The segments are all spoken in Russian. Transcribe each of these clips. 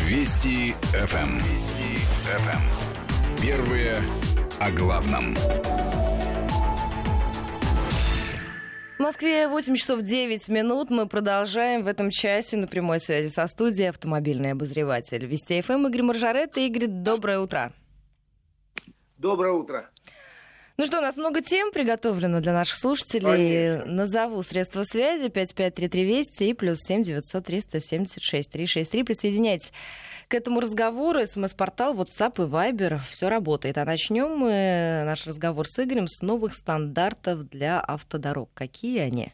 Вести ФМ. Первые о главном. В Москве 8 часов 9 минут. Мы продолжаем в этом часе на прямой связи со студией автомобильный обозреватель Вести ФМ Игорь Маржарет. Игорь, доброе утро. Доброе утро. Ну что, у нас много тем приготовлено для наших слушателей. Конечно. Назову средства связи 5533 Вести и +7 900 376 363. Присоединяйтесь к этому разговору. СМС-портал, WhatsApp и Viber. Все работает. А начнем мы наш разговор с Игорем с новых стандартов для автодорог. Какие они?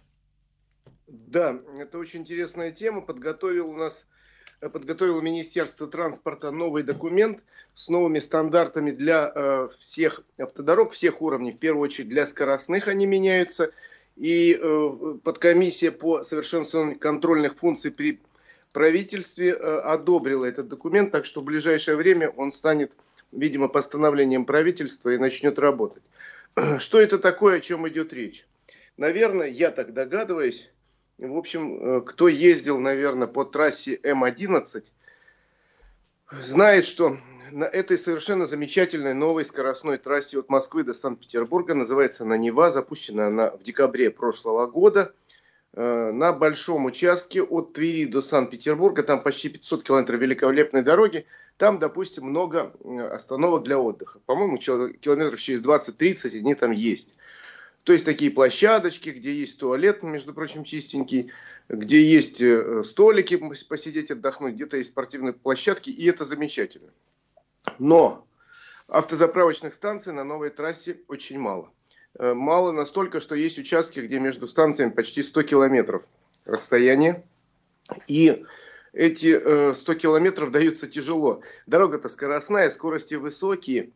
Да, это очень интересная тема. Подготовило Министерство транспорта новый документ с новыми стандартами для всех автодорог, всех уровней. В первую очередь для скоростных они меняются. И подкомиссия по совершенствованию контрольных функций при правительстве одобрила этот документ, так что в ближайшее время он станет, видимо, постановлением правительства и начнет работать. Что это такое, о чем идет речь? Наверное, я так догадываюсь, в общем, кто ездил, наверное, по трассе М-11, знает, что на этой совершенно замечательной новой скоростной трассе от Москвы до Санкт-Петербурга, называется она Нева, запущена она в декабре прошлого года, на большом участке от Твери до Санкт-Петербурга, там почти 500 километров великолепной дороги, там, допустим, много остановок для отдыха. По-моему, километров через 20-30 они там есть. То есть такие площадочки, где есть туалет, между прочим, чистенький, где есть столики посидеть, отдохнуть, где-то есть спортивные площадки, и это замечательно. Но автозаправочных станций на новой трассе очень мало. Мало настолько, что есть участки, где между станциями почти 100 километров расстояние. И эти 100 километров даются тяжело. Дорога-то скоростная, скорости высокие.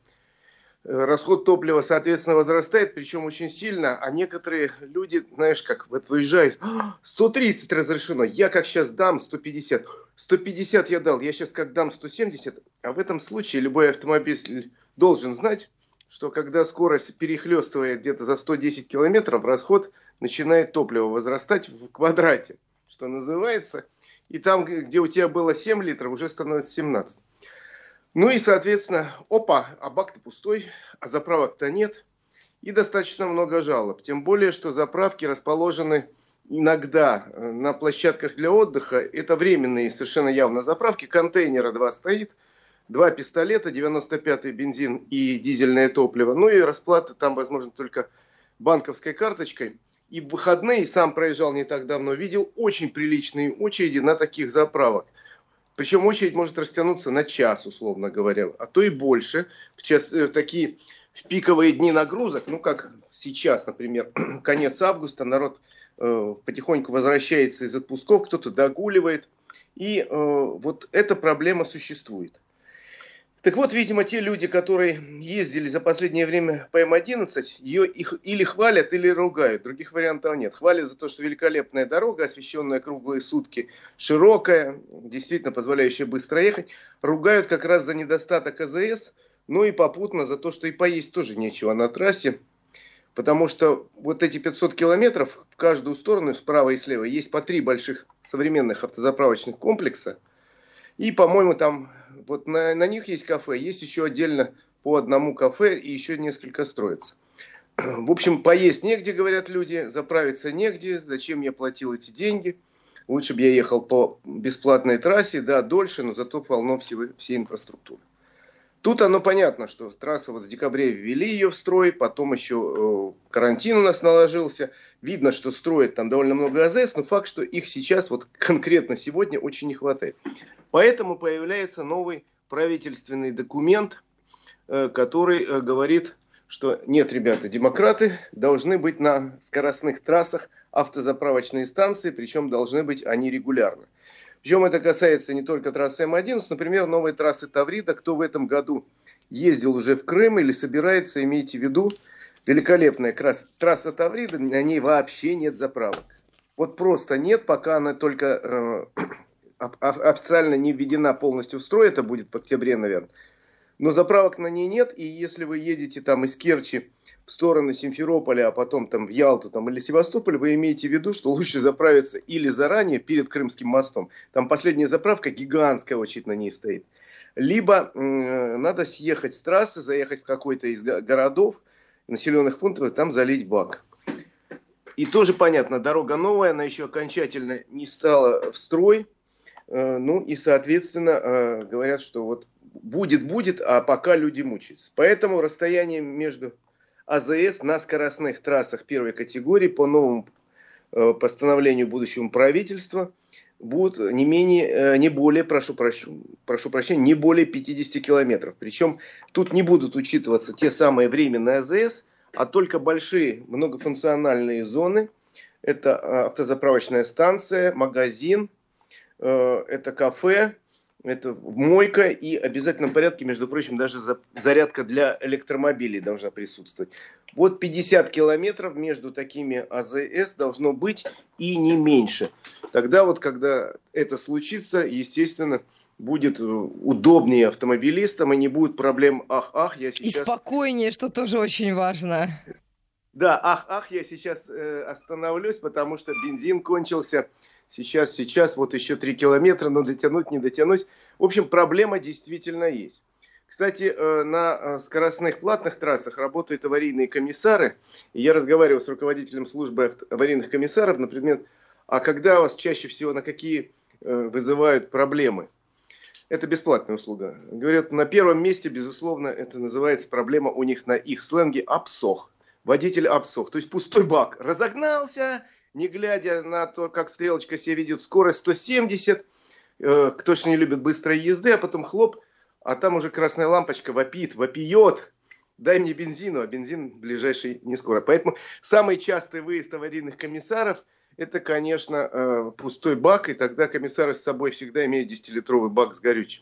Расход топлива, соответственно, возрастает, причем очень сильно. А некоторые люди, знаешь, как вот выезжают, 130 разрешено, я как сейчас дам 150. 150 я дал, я сейчас как дам 170. А в этом случае любой автомобиль должен знать, что когда скорость перехлестывает где-то за 110 километров, расход начинает топливо возрастать в квадрате, что называется. И там, где у тебя было 7 литров, уже становится 17. Ну и, соответственно, а бак-то пустой, а заправок-то нет. И достаточно много жалоб. Тем более, что заправки расположены иногда на площадках для отдыха. Это временные совершенно явно заправки. Контейнера 2 стоит, 2 пистолета, 95-й бензин и дизельное топливо. Ну и расплата там, возможно, только банковской карточкой. И в выходные, сам проезжал не так давно, видел очень приличные очереди на таких заправок. Причем очередь может растянуться на час, условно говоря, а то и больше. В такие в пиковые дни нагрузок, ну как сейчас, например, конец августа, народ потихоньку возвращается из отпусков, кто-то догуливает. И вот эта проблема существует. Так вот, видимо, те люди, которые ездили за последнее время по М-11, их или хвалят, или ругают. Других вариантов нет. Хвалят за то, что великолепная дорога, освещенная круглые сутки, широкая, действительно позволяющая быстро ехать. Ругают как раз за недостаток АЗС, ну и попутно за то, что и поесть тоже нечего на трассе. Потому что вот эти 500 километров в каждую сторону, справа и слева, есть по 3 больших современных автозаправочных комплекса. И, по-моему, там вот на них есть кафе, есть еще отдельно по одному кафе и еще несколько строится. В общем, поесть негде, говорят люди, заправиться негде, зачем я платил эти деньги. Лучше бы я ехал по бесплатной трассе, да, дольше, но зато полно всей инфраструктуры. Тут оно понятно, что трасса вот в декабре ввели ее в строй, потом еще карантин у нас наложился. Видно, что строят там довольно много АЗС, но факт, что их сейчас, вот конкретно сегодня, очень не хватает. Поэтому появляется новый правительственный документ, который говорит, что нет, ребята, демократы, должны быть на скоростных трассах автозаправочные станции, причем должны быть они регулярно. Причем это касается не только трассы М-11, например, новой трассы Таврида. Кто в этом году ездил уже в Крым или собирается, имейте в виду, великолепная трасса Таврида, на ней вообще нет заправок. Вот просто нет, пока она только официально не введена полностью в строй, это будет в октябре, наверное. Но заправок на ней нет, и если вы едете там из Керчи в сторону Симферополя, а потом там в Ялту там, или Севастополь, вы имеете в виду, что лучше заправиться или заранее перед Крымским мостом. Там последняя заправка гигантская очередь на ней стоит. Либо надо съехать с трассы, заехать в какой-то из городов, населенных пунктов, и там залить бак. И тоже понятно, дорога новая, она еще окончательно не стала в строй. Ну и, соответственно, говорят, что вот будет, а пока люди мучаются. Поэтому расстояние между АЗС на скоростных трассах первой категории по новому постановлению будущего правительства будут не более 50 километров. Причем тут не будут учитываться те самые временные АЗС, а только большие многофункциональные зоны. Это автозаправочная станция, магазин, это кафе, это мойка и в обязательном порядке, между прочим, даже зарядка для электромобилей должна присутствовать. Вот 50 километров между такими АЗС должно быть и не меньше. Тогда вот, когда это случится, естественно, будет удобнее автомобилистам и не будет проблем я сейчас... И спокойнее, что тоже очень важно. Да, я сейчас остановлюсь, потому что бензин кончился. Сейчас, вот еще 3 километра, но дотянуть, не дотянуть. В общем, проблема действительно есть. Кстати, на скоростных платных трассах работают аварийные комиссары. И я разговаривал с руководителем службы аварийных комиссаров на предмет, а когда вас чаще всего на какие вызывают проблемы? Это бесплатная услуга. Говорят, на первом месте, безусловно, это называется проблема у них на их сленге обсох. Водитель обсох, то есть пустой бак. Разогнался, не глядя на то, как стрелочка себя ведет, скорость 170, кто ж не любит быстрой езды, а потом хлоп, а там уже красная лампочка вопиет, дай мне бензину, а бензин ближайший не скоро. Поэтому самый частый выезд аварийных комиссаров – это, конечно, пустой бак, и тогда комиссары с собой всегда имеют 10-литровый бак с горючим.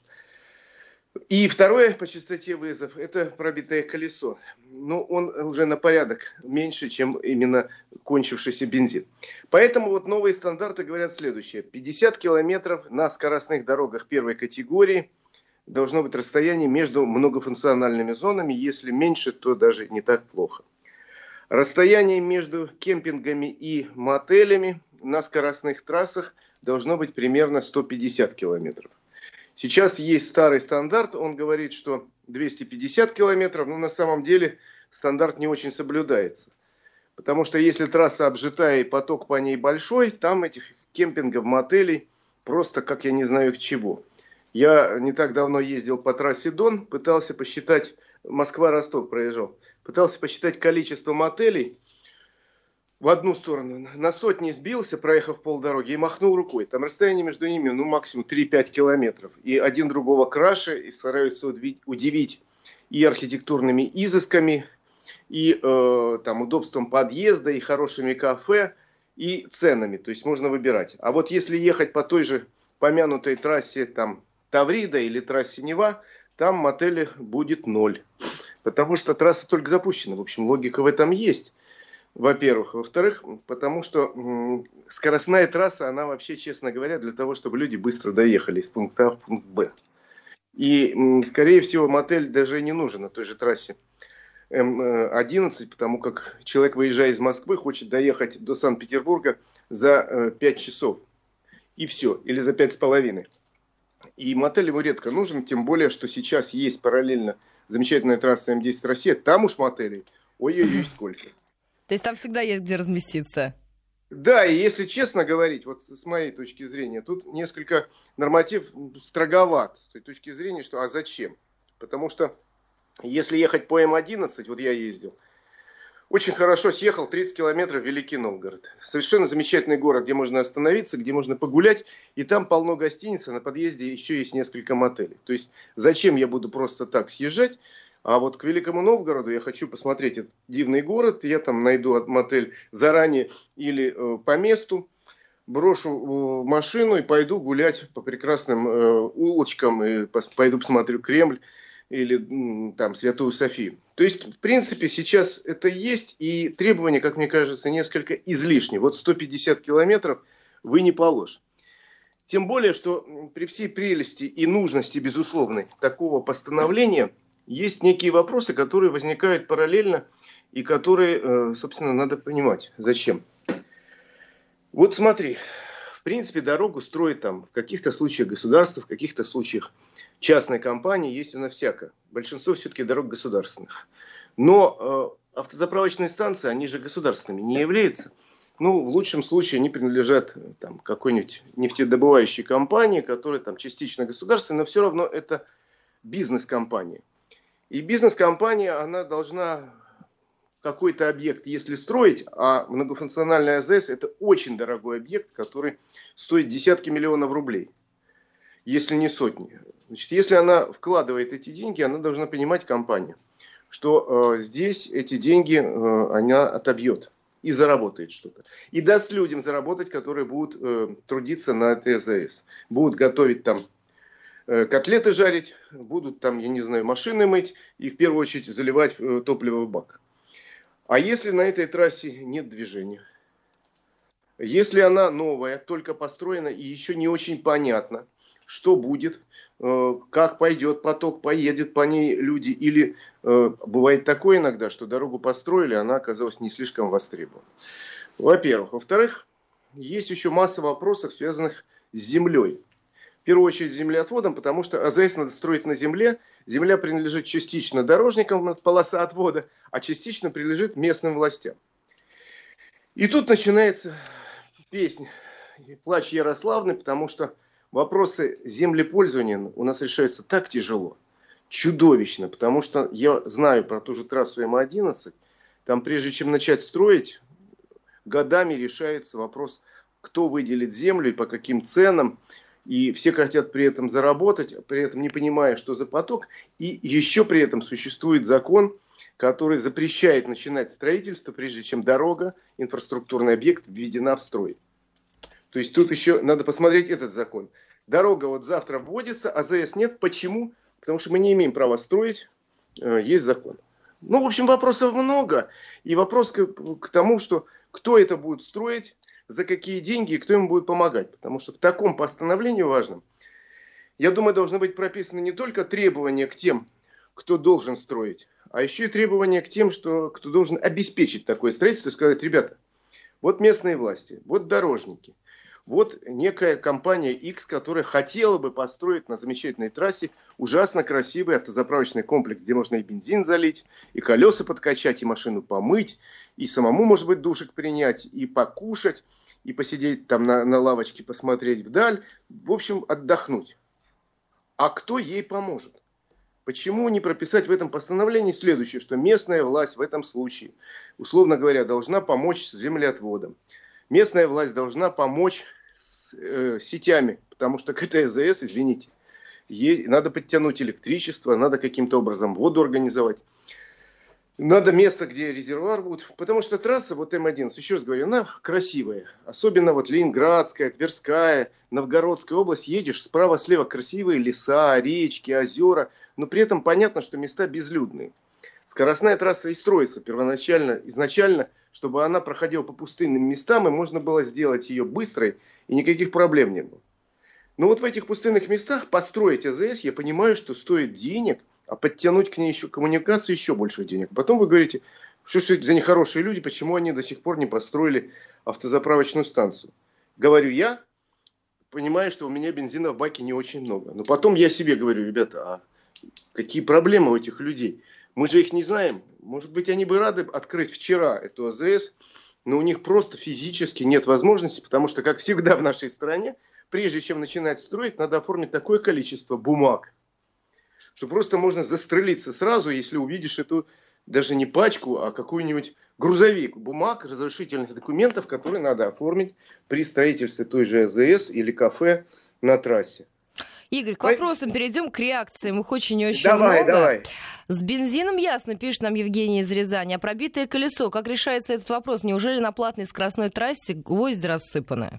И второе по частоте вызов – это пробитое колесо. Но он уже на порядок меньше, чем именно кончившийся бензин. Поэтому вот новые стандарты говорят следующее. 50 километров на скоростных дорогах первой категории должно быть расстояние между многофункциональными зонами. Если меньше, то даже не так плохо. Расстояние между кемпингами и мотелями на скоростных трассах должно быть примерно 150 километров. Сейчас есть старый стандарт, он говорит, что 250 километров, но на самом деле стандарт не очень соблюдается. Потому что если трасса обжитая и поток по ней большой, там этих кемпингов, мотелей просто как я не знаю к чего. Я не так давно ездил по трассе Дон, пытался посчитать, Москва-Ростов проезжал, пытался посчитать количество мотелей. В одну сторону на сотни сбился, проехав полдороги, и махнул рукой. Там расстояние между ними, максимум 3-5 километров. И один другого краше, и стараются удивить и архитектурными изысками, и удобством подъезда, и хорошими кафе, и ценами. То есть можно выбирать. А вот если ехать по той же помянутой трассе Таврида или трассе Нева, там мотелей будет 0. Потому что трасса только запущена. В общем, логика в этом есть. Во-первых. Во-вторых, потому что скоростная трасса, она вообще, честно говоря, для того, чтобы люди быстро доехали из пункта А в пункт Б. И, скорее всего, мотель даже не нужен на той же трассе М11, потому как человек, выезжая из Москвы, хочет доехать до Санкт-Петербурга за 5 часов. И все. Или за 5,5. И мотель ему редко нужен, тем более, что сейчас есть параллельно замечательная трасса М10 Россия. Там уж мотелей ой-ой-ой сколько. То есть там всегда есть где разместиться? Да, и если честно говорить, вот с моей точки зрения, тут несколько норматив строговат. С той точки зрения, что зачем? Потому что если ехать по М11, вот я ездил, очень хорошо съехал 30 километров Великий Новгород. Совершенно замечательный город, где можно остановиться, где можно погулять. И там полно гостиниц, а на подъезде еще есть несколько мотелей. То есть зачем я буду просто так съезжать? А вот к Великому Новгороду я хочу посмотреть этот дивный город. Я там найду мотель заранее или по месту. Брошу машину и пойду гулять по прекрасным улочкам. И пойду посмотрю Кремль или там Святую Софию. То есть, в принципе, сейчас это есть. И требования, как мне кажется, несколько излишни. Вот 150 километров вы не положь. Тем более, что при всей прелести и нужности, безусловной, такого постановления, есть некие вопросы, которые возникают параллельно и которые, собственно, надо понимать, зачем. Вот смотри, в принципе, дорогу строит там в каких-то случаях государство, в каких-то случаях частная компания, есть она всяко. Большинство все-таки дорог государственных. Но автозаправочные станции, они же государственными не являются. Ну, в лучшем случае они принадлежат там, какой-нибудь нефтедобывающей компании, которая там частично государственная, но все равно это бизнес-компания. И бизнес-компания, она должна какой-то объект, если строить, а многофункциональная АЗС это очень дорогой объект, который стоит десятки миллионов рублей, если не сотни. Значит, если она вкладывает эти деньги, она должна понимать, компания, что здесь эти деньги она отобьет и заработает что-то. И даст людям заработать, которые будут трудиться на этой АЗС. Будут готовить там котлеты жарить, будут там, я не знаю, машины мыть и в первую очередь заливать топливо в бак. А если на этой трассе нет движения? Если она новая, только построена и еще не очень понятно, что будет, как пойдет поток, поедет по ней люди. Или бывает такое иногда, что дорогу построили, она оказалась не слишком востребована. Во-первых. Во-вторых, есть еще масса вопросов, связанных с землей. В первую очередь с землеотводом, потому что АЗС надо строить на земле. Земля принадлежит частично дорожникам, полоса отвода, а частично принадлежит местным властям. И тут начинается песня, плач Ярославны, потому что вопросы землепользования у нас решаются так тяжело, чудовищно, потому что я знаю про ту же трассу М11, там прежде чем начать строить, годами решается вопрос, кто выделит землю и по каким ценам. И все хотят при этом заработать, при этом не понимая, что за поток. И еще при этом существует закон, который запрещает начинать строительство, прежде чем дорога, инфраструктурный объект введена в строй. То есть тут еще надо посмотреть этот закон. Дорога вот завтра вводится, АЗС нет. Почему? Потому что мы не имеем права строить, есть закон. Ну, в общем, вопросов много. И вопрос к тому, что кто это будет строить, за какие деньги и кто ему будет помогать. Потому что в таком постановлении важном, я думаю, должны быть прописаны не только требования к тем, кто должен строить, а еще и требования к тем, кто должен обеспечить такое строительство, и сказать, ребята, вот местные власти, вот дорожники, вот некая компания X, которая хотела бы построить на замечательной трассе ужасно красивый автозаправочный комплекс, где можно и бензин залить, и колеса подкачать, и машину помыть, и самому, может быть, душик принять, и покушать, и посидеть там на лавочке, посмотреть вдаль, в общем, отдохнуть. А кто ей поможет? Почему не прописать в этом постановлении следующее, что местная власть в этом случае, условно говоря, должна помочь с землеотводом. Местная власть должна помочь с сетями, потому что к этой АЗС, извините, надо подтянуть электричество, надо каким-то образом воду организовать. Надо место, где резервуар будет, потому что трасса, вот М11, еще раз говорю, она красивая. Особенно вот Ленинградская, Тверская, Новгородская область. Едешь справа-слева красивые леса, речки, озера, но при этом понятно, что места безлюдные. Скоростная трасса и строится изначально, чтобы она проходила по пустынным местам, и можно было сделать ее быстрой, и никаких проблем не было. Но вот в этих пустынных местах построить АЗС, я понимаю, что стоит денег, а подтянуть к ней еще коммуникации еще больше денег. Потом вы говорите, что это за нехорошие люди, почему они до сих пор не построили автозаправочную станцию. Говорю я, понимаю, что у меня бензина в баке не очень много. Но потом я себе говорю, ребята, а какие проблемы у этих людей? Мы же их не знаем. Может быть, они бы рады открыть вчера эту АЗС, но у них просто физически нет возможности, потому что, как всегда в нашей стране, прежде чем начинать строить, надо оформить такое количество бумаг, что просто можно застрелиться сразу, если увидишь эту даже не пачку, а какой-нибудь грузовик бумаг, разрешительных документов, которые надо оформить при строительстве той же АЗС или кафе на трассе. Игорь, к вопросам перейдем, к реакциям. Их очень и очень много. Давай. С бензином ясно, пишет нам Евгений из Рязани. А пробитое колесо, как решается этот вопрос? Неужели на платной скоростной трассе гвозди рассыпаны?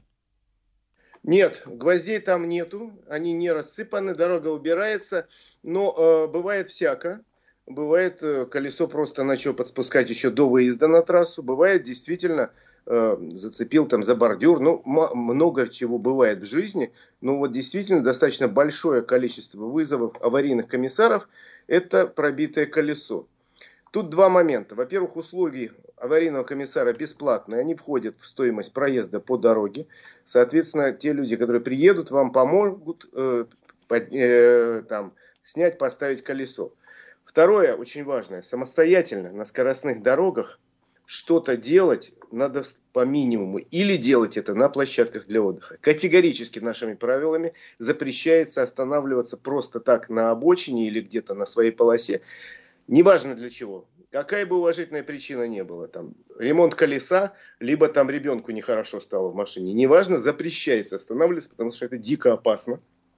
Нет, гвоздей там нету, они не рассыпаны, дорога убирается, но бывает всяко. Бывает, колесо просто начал подспускать еще до выезда на трассу, бывает действительно зацепил там за бордюр, ну много чего бывает в жизни, но вот действительно достаточно большое количество вызовов аварийных комиссаров – это пробитое колесо. Тут два момента. Во-первых, услуги аварийного комиссара бесплатные, они входят в стоимость проезда по дороге. Соответственно, те люди, которые приедут, вам помогут снять, поставить колесо. Второе, очень важное, самостоятельно на скоростных дорогах что-то делать надо по минимуму. Или делать это на площадках для отдыха. Категорически нашими правилами запрещается останавливаться просто так на обочине или где-то на своей полосе. Неважно для чего. Какая бы уважительная причина ни была. Там, ремонт колеса, либо там ребенку нехорошо стало в машине. Неважно, запрещается останавливаться, потому что это дико опасно.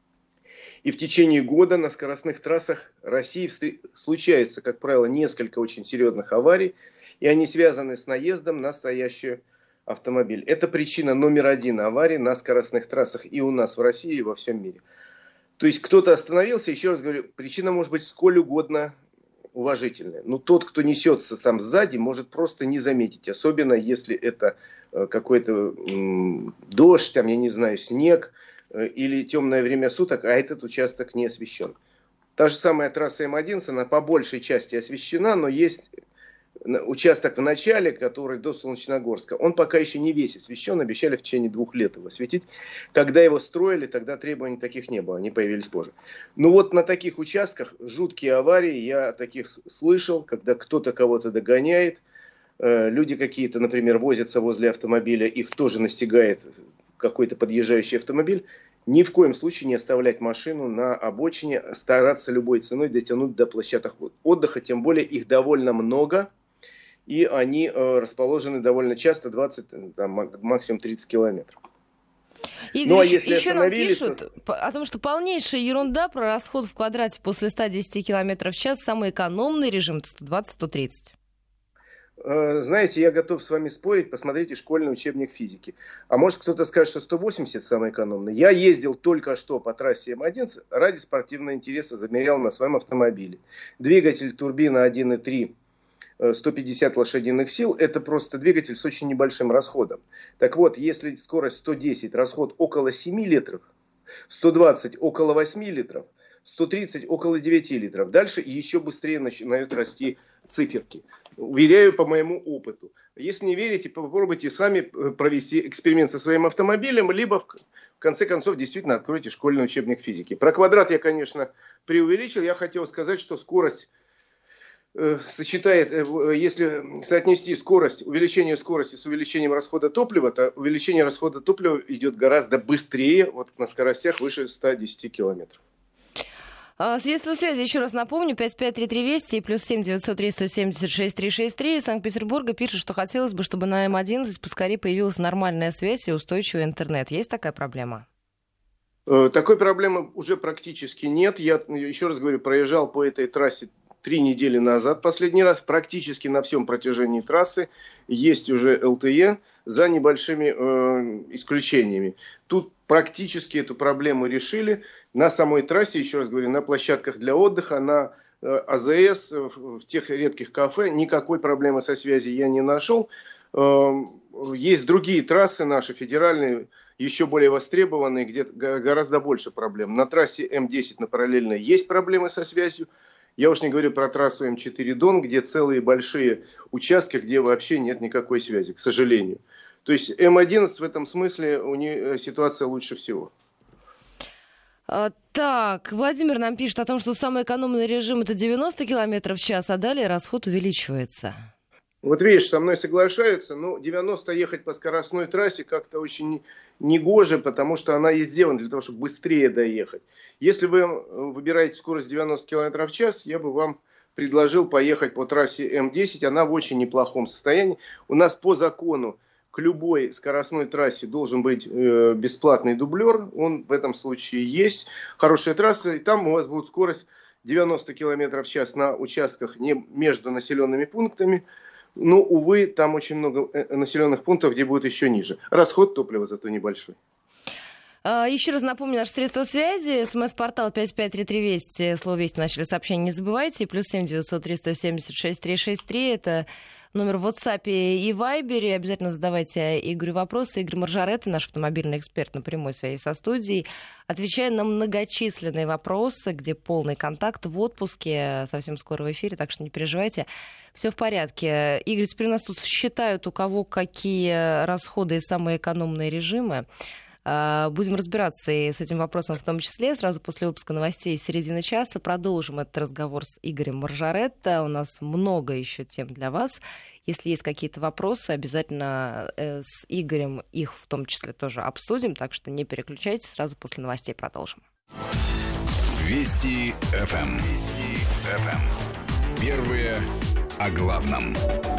И в течение года на скоростных трассах России случается, как правило, несколько очень серьезных аварий. И они связаны с наездом на стоящий автомобиль. Это причина номер один аварий на скоростных трассах и у нас в России, и во всем мире. То есть кто-то остановился, еще раз говорю, причина может быть сколь угодно уважительная. Но тот, кто несется там сзади, может просто не заметить. Особенно если это какой-то дождь, там, я не знаю, снег или темное время суток, а этот участок не освещен. Та же самая трасса М11, она по большей части освещена, но есть участок в начале, который до Солнечногорска, он пока еще не весь освещен, обещали в течение 2 лет его осветить. Когда его строили, тогда требований таких не было, они появились позже. Но вот на таких участках жуткие аварии, я таких слышал, когда кто-то кого-то догоняет, люди какие-то, например, возятся возле автомобиля, их тоже настигает какой-то подъезжающий автомобиль. Ни в коем случае не оставлять машину на обочине, стараться любой ценой дотянуть до площадок отдыха, тем более их довольно много. И они расположены довольно часто, 20, там, максимум 30 километров. Игорь, ну, а если еще нам остановились, пишут о том, что полнейшая ерунда про расход в квадрате после 110 км в час. Самый экономный режим — 120-130. Знаете, я готов с вами спорить, посмотрите школьный учебник физики. А может кто-то скажет, что 180 самый экономный. Я ездил только что по трассе М11, ради спортивного интереса замерял на своем автомобиле. Двигатель турбина 1.3, 150 лошадиных сил, это просто двигатель с очень небольшим расходом. Так вот, если скорость 110, расход около 7 литров, 120 около 8 литров, 130 около 9 литров, дальше еще быстрее начинают расти циферки. Уверяю по моему опыту. Если не верите, попробуйте сами провести эксперимент со своим автомобилем, либо в конце концов действительно откройте школьный учебник физики. Про квадрат я, конечно, преувеличил. Я хотел сказать, что скорость сочетает, если соотнести скорость, увеличение скорости с увеличением расхода топлива, то увеличение расхода топлива идет гораздо быстрее, вот на скоростях выше 110 километров. Средства связи, еще раз напомню, 553320 и +7 903 176 363. Из Санкт-Петербурга пишет, что хотелось бы, чтобы на М11 поскорее появилась нормальная связь и устойчивый интернет. Есть такая проблема? Такой проблемы уже практически нет. Я, еще раз говорю, проезжал по этой трассе 3 недели назад. Последний раз практически на всем протяжении трассы есть уже LTE за небольшими исключениями. Тут практически эту проблему решили. На самой трассе, еще раз говорю, на площадках для отдыха, на АЗС, в тех редких кафе никакой проблемы со связью я не нашел. Есть другие трассы наши, федеральные, еще более востребованные, где гораздо больше проблем. На трассе М10 на параллельной есть проблемы со связью. Я уж не говорю про трассу М4 Дон, где целые большие участки, где вообще нет никакой связи, к сожалению. То есть М11 в этом смысле у нее ситуация лучше всего. Так, Владимир нам пишет о том, что самый экономный режим — это 90 км в час, а далее расход увеличивается. Вот видишь, со мной соглашаются, но 90 ехать по скоростной трассе как-то очень негоже, потому что она и сделана для того, чтобы быстрее доехать. Если вы выбираете скорость 90 км в час, я бы вам предложил поехать по трассе М10, она в очень неплохом состоянии. У нас по закону к любой скоростной трассе должен быть бесплатный дублер, он в этом случае есть. Хорошая трасса, и там у вас будет скорость 90 км в час на участках не между населенными пунктами. Но, увы, там очень много населенных пунктов, где будет еще ниже. Расход топлива зато небольшой. Еще раз напомню, наше средство связи. СМС-портал 553320. Слово «Вести» начали сообщение. Не забывайте. +7 903 176 363. Это номер в WhatsApp и Viber. Обязательно задавайте Игорю вопросы. Игорь Маржаретта, наш автомобильный эксперт, на прямой связи со студией, отвечает на многочисленные вопросы, где полный контакт в отпуске. Совсем скоро в эфире, так что не переживайте. Все в порядке. Игорь, теперь у нас тут считают, у кого какие расходы и самые экономные режимы. Будем разбираться и с этим вопросом в том числе. Сразу после выпуска новостей середины часа продолжим этот разговор с Игорем Маржаретта. У нас много еще тем для вас. Если есть какие-то вопросы, обязательно с Игорем их в том числе тоже обсудим. Так что не переключайтесь, сразу после новостей продолжим. Вести ФМ. Первые о главном.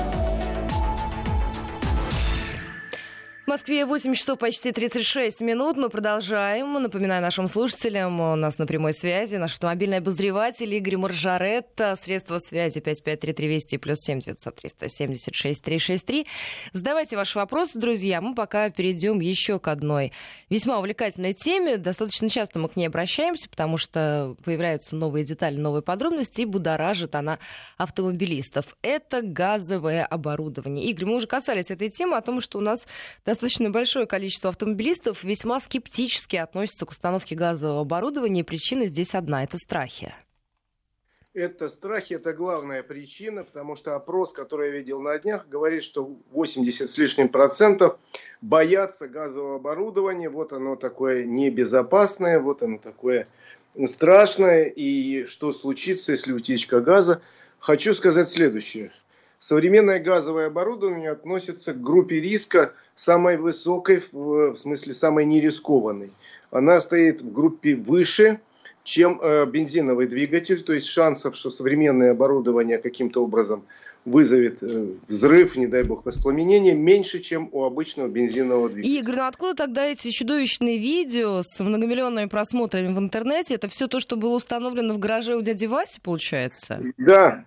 В Москве 8 часов почти 36 минут. Мы продолжаем. Напоминаю нашим слушателям, у нас на прямой связи наш автомобильный обозреватель Игорь Маржаретта. Средства связи 553320 +7 900 376 363. Задавайте ваши вопросы, друзья. Мы пока перейдем еще к одной весьма увлекательной теме. Достаточно часто мы к ней обращаемся, потому что появляются новые детали, новые подробности, и будоражит она автомобилистов. Это газовое оборудование. Игорь, мы уже касались этой темы, о том, что у нас достаточно большое количество автомобилистов весьма скептически относятся к установке газового оборудования. Причина здесь одна – это страхи. Это страхи, это главная причина, потому что опрос, который я видел на днях, говорит, что 80 с лишним процентов боятся газового оборудования. Вот оно такое небезопасное, вот оно такое страшное. И что случится, если утечка газа? Хочу сказать следующее. Современное газовое оборудование относится к группе риска самой высокой, в смысле самой нерискованной. Она стоит в группе выше, чем бензиновый двигатель, то есть шансов, что современное оборудование каким-то образом вызовет взрыв, не дай бог, воспламенение, меньше, чем у обычного бензинового двигателя. Игорь, ну откуда тогда эти чудовищные видео с многомиллионными просмотрами в интернете? Это все то, что было установлено в гараже у дяди Васи, получается? Да.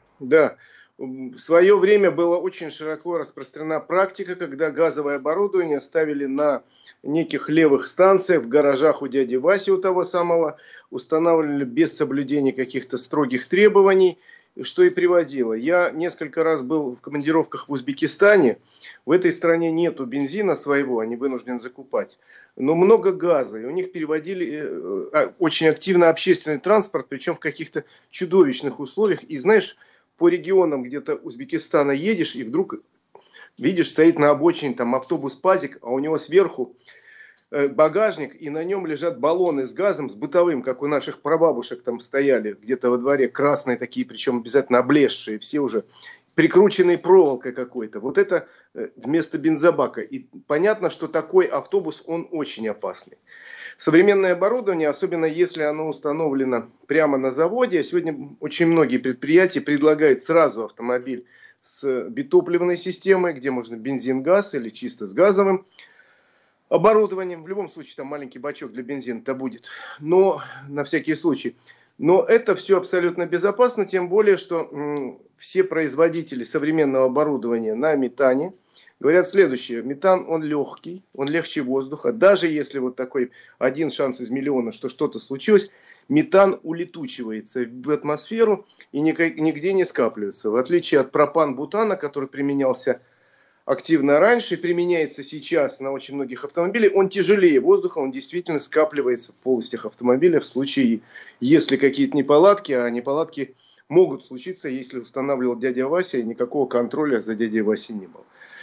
В свое время была очень широко распространена практика, когда газовое оборудование ставили на неких левых станциях, в гаражах у дяди Васи, у того самого, устанавливали без соблюдения каких-то строгих требований, что и приводило. Я несколько раз был в командировках в Узбекистане. В этой стране нету бензина своего, они вынуждены закупать. Но много газа, и у них переводили очень активно общественный транспорт, причем в каких-то чудовищных условиях. И знаешь, по регионам где-то Узбекистана едешь, и вдруг видишь, стоит на обочине там автобус-пазик, а у него сверху багажник, и на нем лежат баллоны с газом, с бытовым, как у наших прабабушек там стояли где-то во дворе, красные такие, причем обязательно облезшие, все уже прикрученные проволокой какой-то. Вот это вместо бензобака. И понятно, что такой автобус, он очень опасный. Современное оборудование, особенно если оно установлено прямо на заводе, сегодня очень многие предприятия предлагают сразу автомобиль с битопливной системой, где можно бензин-газ или чисто с газовым оборудованием. В любом случае там маленький бачок для бензина-то будет, но на всякий случай. Но это все абсолютно безопасно, тем более, что все производители современного оборудования на метане говорят следующее. Метан, он легкий, он легче воздуха. Даже если вот такой один шанс из миллиона, что что-то случилось, метан улетучивается в атмосферу и нигде не скапливается. В отличие от пропан-бутана, который применялся активно раньше и применяется сейчас на очень многих автомобилях, он тяжелее воздуха, он действительно скапливается в полостях автомобиля в случае, если какие-то неполадки, а неполадки могут случиться, если устанавливал дядя Вася, и никакого контроля за дядей Васей не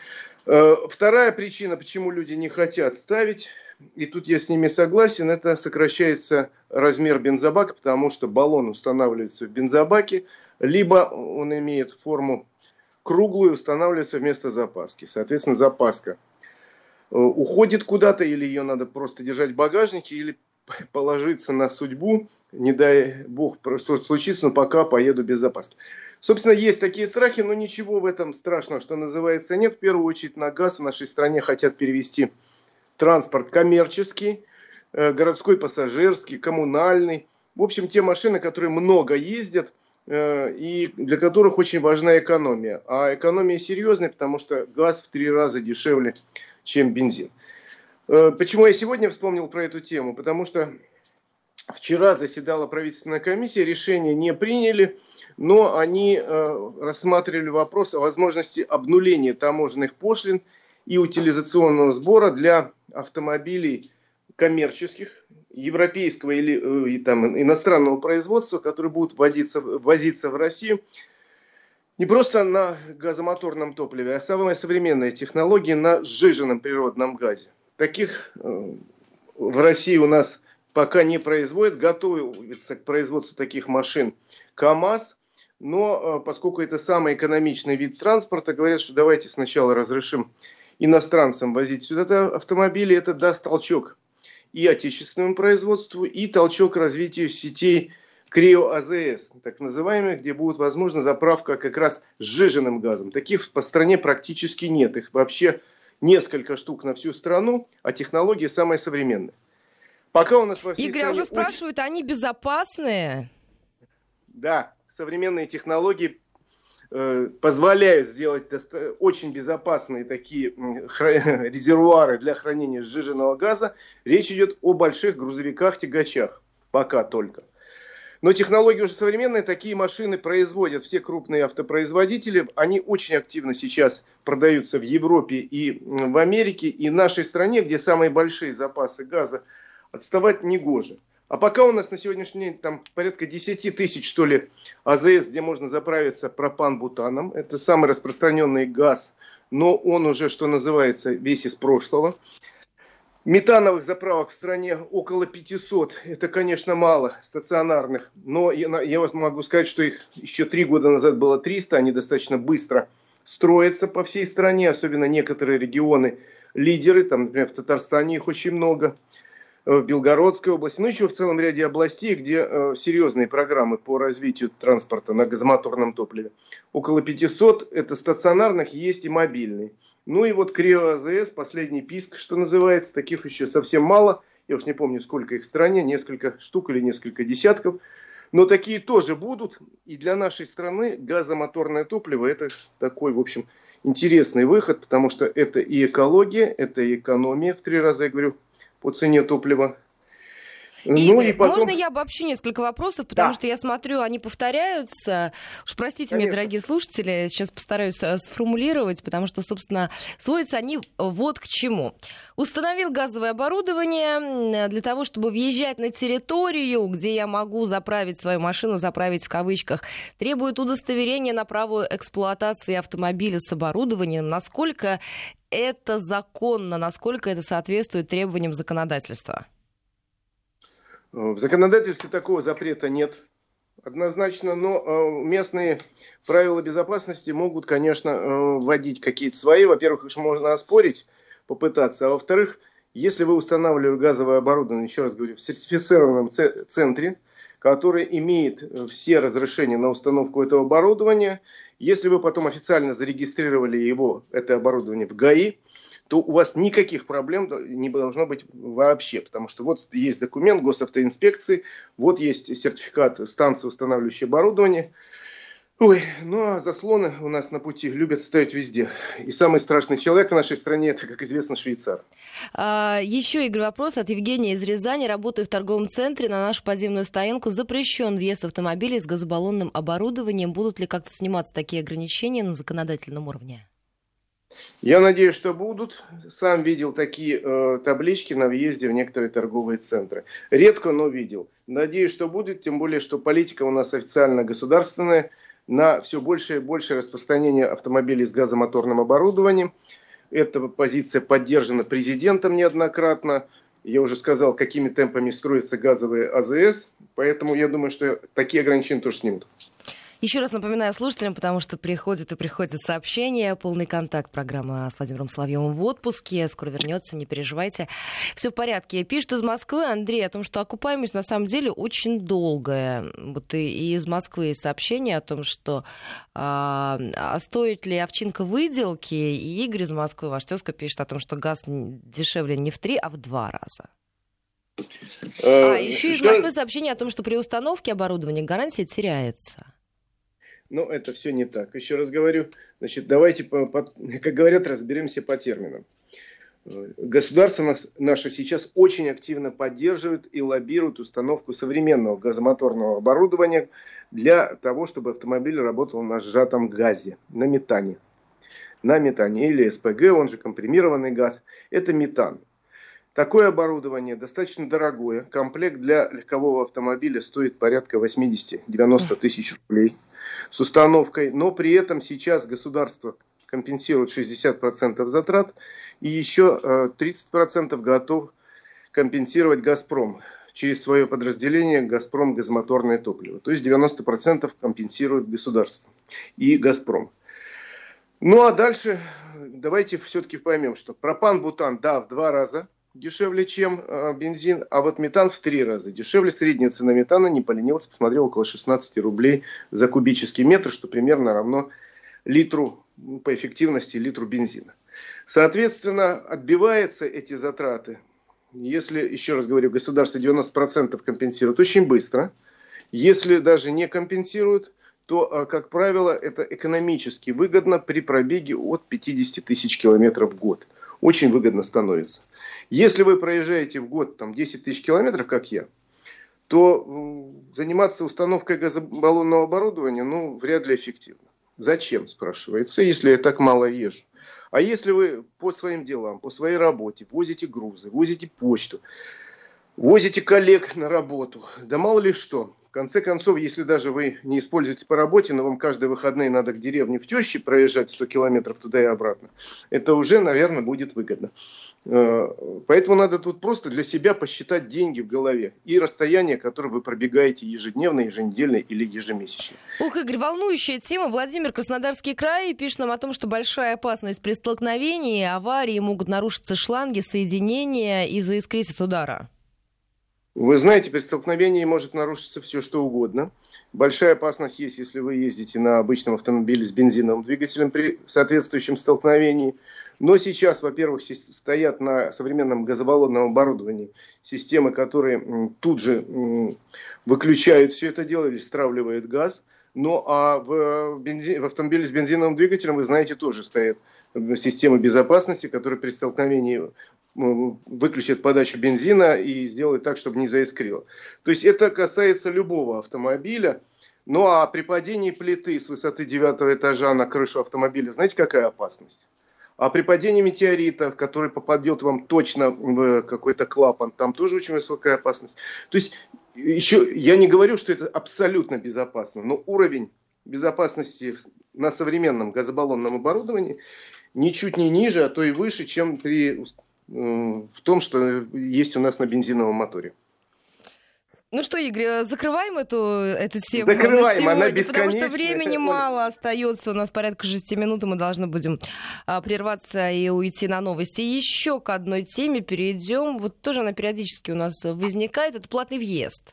было. Вторая причина, почему люди не хотят ставить, и тут я с ними согласен, это сокращается размер бензобака, потому что баллон устанавливается в бензобаке, либо он имеет форму круглую, устанавливается вместо запаски. Соответственно, запаска уходит куда-то, или ее надо просто держать в багажнике, или положиться на судьбу, не дай бог, что случится, но пока поеду без запаски. Собственно, есть такие страхи, но ничего в этом страшного, что называется, нет. В первую очередь на газ в нашей стране хотят перевести транспорт коммерческий, городской пассажирский, коммунальный. В общем, те машины, которые много ездят, и для которых очень важна экономия. А экономия серьезная, потому что газ в 3 раза дешевле, чем бензин. Почему я сегодня вспомнил про эту тему? Потому что Вчера заседала правительственная комиссия, решение не приняли, но они рассматривали вопрос о возможности обнуления таможенных пошлин и утилизационного сбора для автомобилей коммерческих, европейского или там, иностранного производства, которые будут возиться в Россию. Не просто на газомоторном топливе, а самая современная технология на сжиженном природном газе. Таких в России у нас пока не производят, готовится к производству таких машин КАМАЗ, но поскольку это самый экономичный вид транспорта, говорят, что давайте сначала разрешим иностранцам возить сюда автомобили, это даст толчок и отечественному производству, и толчок развитию сетей Крио-АЗС, так называемых, где будет возможна заправка как раз сжиженным газом. Таких по стране практически нет, их вообще несколько штук на всю страну, а технология самая современная. Пока у нас во всей Игорь, стране... уже спрашивают, они безопасные? Да, современные технологии позволяют сделать очень безопасные такие резервуары для хранения сжиженного газа. Речь идет о больших грузовиках-тягачах, пока только. Но технологии уже современные, такие машины производят все крупные автопроизводители. Они очень активно сейчас продаются в Европе и в Америке, и в нашей стране, где самые большие запасы газа, отставать негоже. А пока у нас на сегодняшний день там порядка 10 тысяч, что ли, АЗС, где можно заправиться пропан-бутаном. Это самый распространенный газ, но он уже, что называется, весь из прошлого. Метановых заправок в стране около 500. Это, конечно, мало стационарных, но я вас могу сказать, что их еще 3 года назад было 300. Они достаточно быстро строятся по всей стране, особенно некоторые регионы, лидеры, там, например, в Татарстане их очень много, в Белгородской области, ну еще в целом ряде областей, где серьезные программы по развитию транспорта на газомоторном топливе. Около 500 это стационарных, есть и мобильные. Ну и вот Крио-АЗС, последний писк, что называется, таких еще совсем мало. Я уж не помню, сколько их в стране, несколько штук или несколько десятков. Но такие тоже будут. И для нашей страны газомоторное топливо это такой, в общем, интересный выход, потому что это и экология, это и экономия, в 3 раза, я говорю, по цене топлива. Игорь, можно я обобщу несколько вопросов, потому что я смотрю, они повторяются. Уж простите меня, дорогие слушатели, сейчас постараюсь сформулировать, потому что, собственно, сводятся они вот к чему. Установил газовое оборудование для того, чтобы въезжать на территорию, где я могу заправить свою машину, заправить в кавычках, требует удостоверения на право эксплуатации автомобиля с оборудованием. Насколько это законно, насколько это соответствует требованиям законодательства? В законодательстве такого запрета нет, однозначно, но местные правила безопасности могут, конечно, вводить какие-то свои. Во-первых, их можно оспорить, попытаться, а во-вторых, если вы устанавливаете газовое оборудование, еще раз говорю, в сертифицированном центре, который имеет все разрешения на установку этого оборудования, если вы потом официально зарегистрировали это оборудование в ГАИ, то у вас никаких проблем не должно быть вообще. Потому что вот есть документ госавтоинспекции, вот есть сертификат станции, устанавливающей оборудование. Ой, ну а заслоны у нас на пути любят ставить везде. И самый страшный человек в нашей стране, это, как известно, швейцар. Еще, Игорь, вопрос от Евгения из Рязани. Работаю в торговом центре, на нашу подземную стоянку запрещен въезд автомобилей с газобаллонным оборудованием. Будут ли как-то сниматься такие ограничения на законодательном уровне? Я надеюсь, что будут. Сам видел такие таблички на въезде в некоторые торговые центры. Редко, но видел. Надеюсь, что будет, тем более, что политика у нас официально государственная на все больше и больше распространение автомобилей с газомоторным оборудованием. Эта позиция поддержана президентом неоднократно. Я уже сказал, какими темпами строятся газовые АЗС. Поэтому я думаю, что такие ограничения тоже снимут. Еще раз напоминаю слушателям, потому что приходят сообщения. Полный контакт. Программа с Владимиром Соловьевым в отпуске. Скоро вернется, не переживайте. Все в порядке. Пишет из Москвы Андрей о том, что окупаемость на самом деле очень долгая. Вот и из Москвы есть сообщение о том, что стоит ли овчинка выделки. И Игорь из Москвы, ваш тезка, пишет о том, что газ дешевле не в 3, а в 2 раза. Еще из Москвы сообщение о том, что при установке оборудования гарантия теряется. Но это все не так. Еще раз говорю, значит, давайте, как говорят, разберемся по терминам. Государство наше сейчас очень активно поддерживает и лоббирует установку современного газомоторного оборудования для того, чтобы автомобиль работал на сжатом газе, на метане. На метане или СПГ, он же компримированный газ, это метан. Такое оборудование достаточно дорогое. Комплект для легкового автомобиля стоит порядка 80-90 тысяч рублей с установкой. Но при этом сейчас государство компенсирует 60% затрат и еще 30% готов компенсировать «Газпром» через свое подразделение «Газпром газомоторное топливо». То есть 90% компенсирует государство и «Газпром». Ну а дальше давайте все-таки поймем, что пропан-бутан, да, в 2 раза дешевле, чем бензин, а вот метан в 3 раза дешевле. Средняя цена метана, не поленился, посмотрел, около 16 рублей за кубический метр, что примерно равно литру, по эффективности, литру бензина. Соответственно, отбиваются эти затраты, если, еще раз говорю, государство 90% компенсирует очень быстро. Если даже не компенсирует, то, как правило, это экономически выгодно при пробеге от 50 тысяч километров в год. Очень выгодно становится. Если вы проезжаете в год 10 тысяч километров, как я, то заниматься установкой газобаллонного оборудования вряд ли эффективно. Зачем, спрашивается, если я так мало езжу? А если вы по своим делам, по своей работе возите грузы, возите почту, возите коллег на работу, да мало ли что. В конце концов, если даже вы не используете по работе, но вам каждые выходные надо к деревне в тещи проезжать 100 километров туда и обратно, это уже, наверное, будет выгодно. Поэтому надо тут просто для себя посчитать деньги в голове и расстояние, которое вы пробегаете ежедневно, еженедельно или ежемесячно. Ух, Игорь, волнующая тема. Владимир, Краснодарский край, пишет нам о том, что большая опасность при столкновении, аварии, могут нарушиться шланги, соединения и заискрить от удара. Вы знаете, при столкновении может нарушиться все, что угодно. Большая опасность есть, если вы ездите на обычном автомобиле с бензиновым двигателем при соответствующем столкновении. Но сейчас, во-первых, стоят на современном газобаллонном оборудовании системы, которые тут же выключают все это дело или стравливают газ. Ну а в автомобиле с бензиновым двигателем, вы знаете, тоже стоят системы безопасности, которые при столкновении выключат подачу бензина и сделают так, чтобы не заискрило. То есть это касается любого автомобиля. Ну а при падении плиты с высоты 9 этажа на крышу автомобиля, знаете, какая опасность? А при падении метеорита, который попадет вам точно в какой-то клапан, там тоже очень высокая опасность. То есть еще я не говорю, что это абсолютно безопасно, но уровень безопасности на современном газобаллонном оборудовании ничуть не ниже, а то и выше, чем в том, что есть у нас на бензиновом моторе. Ну что, Игорь, закрываем эту тему. Закрываем, на сегодня, она бесконечная. Потому что времени мало остается. У нас порядка 6 минут, и мы должны будем прерваться и уйти на новости. И еще к одной теме перейдем. Вот тоже она периодически у нас возникает. Это платный въезд.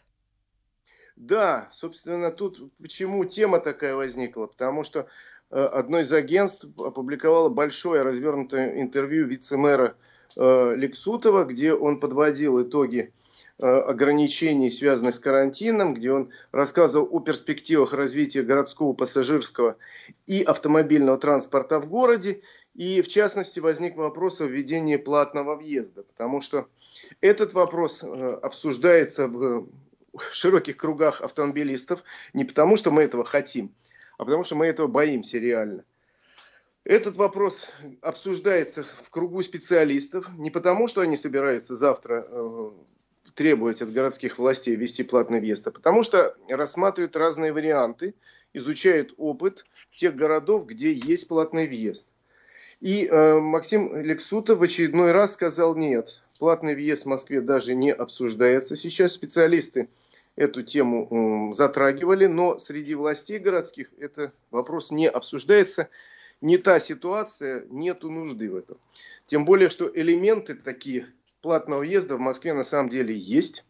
Да, собственно, тут почему тема такая возникла? Потому что одно из агентств опубликовало большое развернутое интервью вице-мэра Лексутова, где он подводил итоги ограничений, связанных с карантином, где он рассказывал о перспективах развития городского пассажирского и автомобильного транспорта в городе. И, в частности, возник вопрос о введении платного въезда, потому что этот вопрос обсуждается в широких кругах автомобилистов не потому, что мы этого хотим, а потому что мы этого боимся реально. Этот вопрос обсуждается в кругу специалистов не потому, что они собираются завтра требовать от городских властей ввести платный въезд, а потому что рассматривают разные варианты, изучают опыт тех городов, где есть платный въезд. И Максим Лексутов в очередной раз сказал: нет, платный въезд в Москве даже не обсуждается. Сейчас специалисты эту тему затрагивали, но среди властей городских этот вопрос не обсуждается. Не та ситуация, нету нужды в этом. Тем более, что элементы такие платного въезда в Москве на самом деле есть.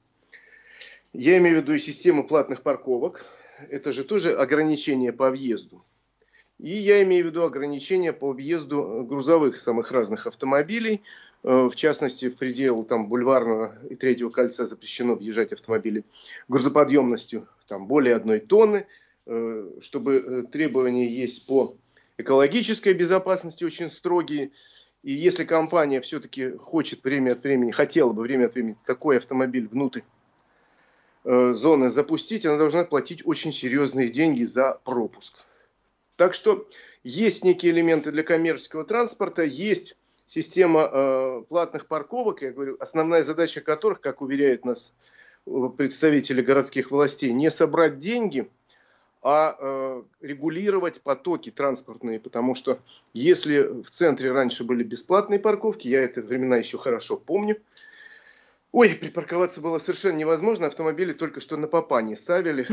Я имею в виду и систему платных парковок. Это же тоже ограничение по въезду. И я имею в виду ограничения по въезду грузовых самых разных автомобилей. В частности, в пределы Бульварного и Третьего кольца запрещено въезжать автомобили грузоподъемностью более 1 тонны, чтобы требования есть по экологической безопасности очень строгие. И если компания все-таки хочет хотела бы время от времени такой автомобиль внутрь зоны запустить, она должна платить очень серьезные деньги за пропуск. Так что есть некие элементы для коммерческого транспорта, есть система платных парковок, я говорю, основная задача которых, как уверяют нас представители городских властей, не собрать деньги, а регулировать потоки транспортные, потому что если в центре раньше были бесплатные парковки, я эти времена еще хорошо помню, припарковаться было совершенно невозможно, автомобили только что на Папане ставили.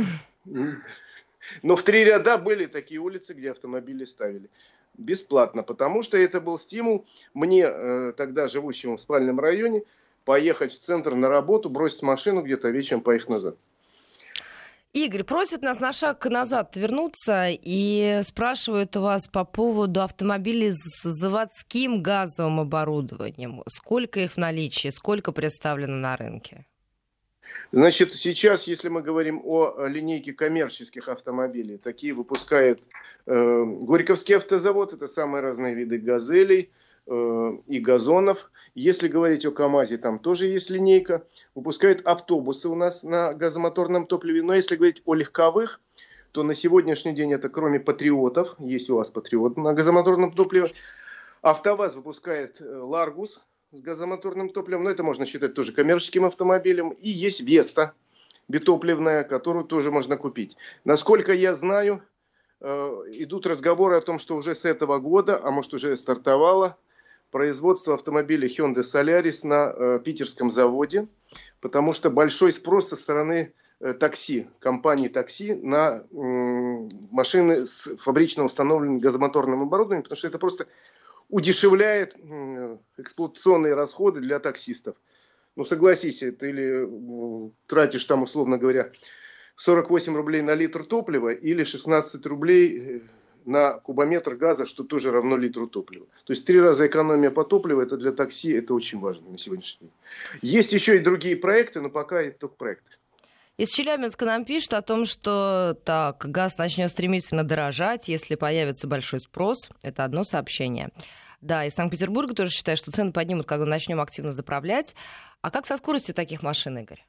Но в 3 ряда были такие улицы, где автомобили ставили бесплатно, потому что это был стимул мне, тогда живущему в спальном районе, поехать в центр на работу, бросить машину где-то вечером, поехать назад. Игорь, просят нас на шаг назад вернуться и спрашивают у вас по поводу автомобилей с заводским газовым оборудованием. Сколько их в наличии, сколько представлено на рынке? Значит, сейчас, если мы говорим о линейке коммерческих автомобилей, такие выпускает Горьковский автозавод, это самые разные виды газелей и газонов. Если говорить о КАМАЗе, там тоже есть линейка. Выпускают автобусы у нас на газомоторном топливе. Но если говорить о легковых, то на сегодняшний день это кроме патриотов, есть у вас патриот на газомоторном топливе, АвтоВАЗ выпускает Ларгус с газомоторным топливом, но это можно считать тоже коммерческим автомобилем. И есть Веста битопливная, которую тоже можно купить. Насколько я знаю, идут разговоры о том, что уже с этого года, а может уже стартовало, производство автомобилей Hyundai Solaris на питерском заводе, потому что большой спрос со стороны такси, компаний такси на машины с фабрично установленным газомоторным оборудованием, потому что это просто удешевляет эксплуатационные расходы для таксистов. Ну, согласись, ты или тратишь там, условно говоря, 48 рублей на литр топлива или 16 рублей на кубометр газа, что тоже равно литру топлива. То есть 3 раза экономия по топливу, это для такси, это очень важно на сегодняшний день. Есть еще и другие проекты, но пока это только проекты. Из Челябинска нам пишут о том, что газ начнет стремительно дорожать, если появится большой спрос. Это одно сообщение. Да, из Санкт-Петербурга тоже считают, что цены поднимут, когда начнем активно заправлять. А как со скоростью таких машин, Игорь?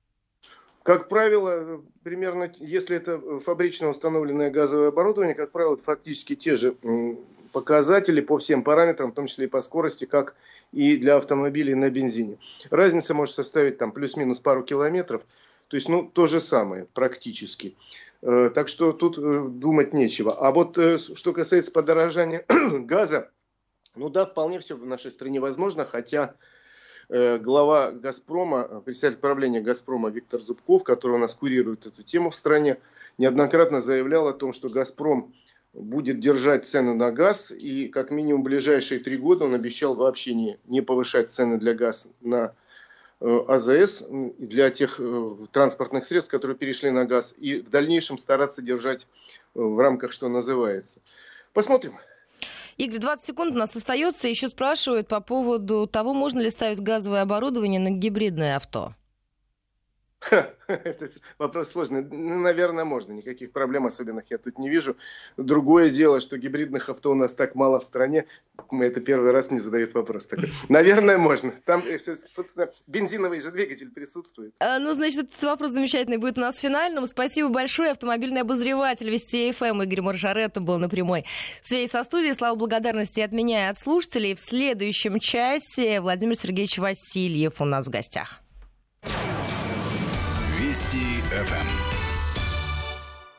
Как правило, примерно, если это фабрично установленное газовое оборудование, как правило, это фактически те же показатели по всем параметрам, в том числе и по скорости, как и для автомобилей на бензине. Разница может составить там плюс-минус пару километров, то есть то же самое практически. Так что тут думать нечего. А вот что касается подорожания газа, вполне все в нашей стране возможно, хотя глава «Газпрома», председатель правления «Газпрома» Виктор Зубков, который у нас курирует эту тему в стране, неоднократно заявлял о том, что «Газпром» будет держать цены на газ, и как минимум в ближайшие 3 года он обещал вообще не повышать цены для газа на АЗС, для тех транспортных средств, которые перешли на газ, и в дальнейшем стараться держать в рамках, что называется. Посмотрим. Игорь, 20 секунд у нас остается. Еще спрашивают по поводу того, можно ли ставить газовое оборудование на гибридное авто. Это вопрос сложный. Наверное, можно. Никаких проблем особенных я тут не вижу. Другое дело, что гибридных авто у нас так мало в стране. Это первый раз мне задают вопрос такой. Наверное, можно. Там, собственно, бензиновый же двигатель присутствует. Значит, этот вопрос замечательный будет у нас финальным. Спасибо большое. Автомобильный обозреватель Вести ФМ Игорь Маржаретта был на прямой связи со студией. Слава благодарности от меня и от слушателей. В следующем часе Владимир Сергеевич Васильев у нас в гостях. Вести ФМ.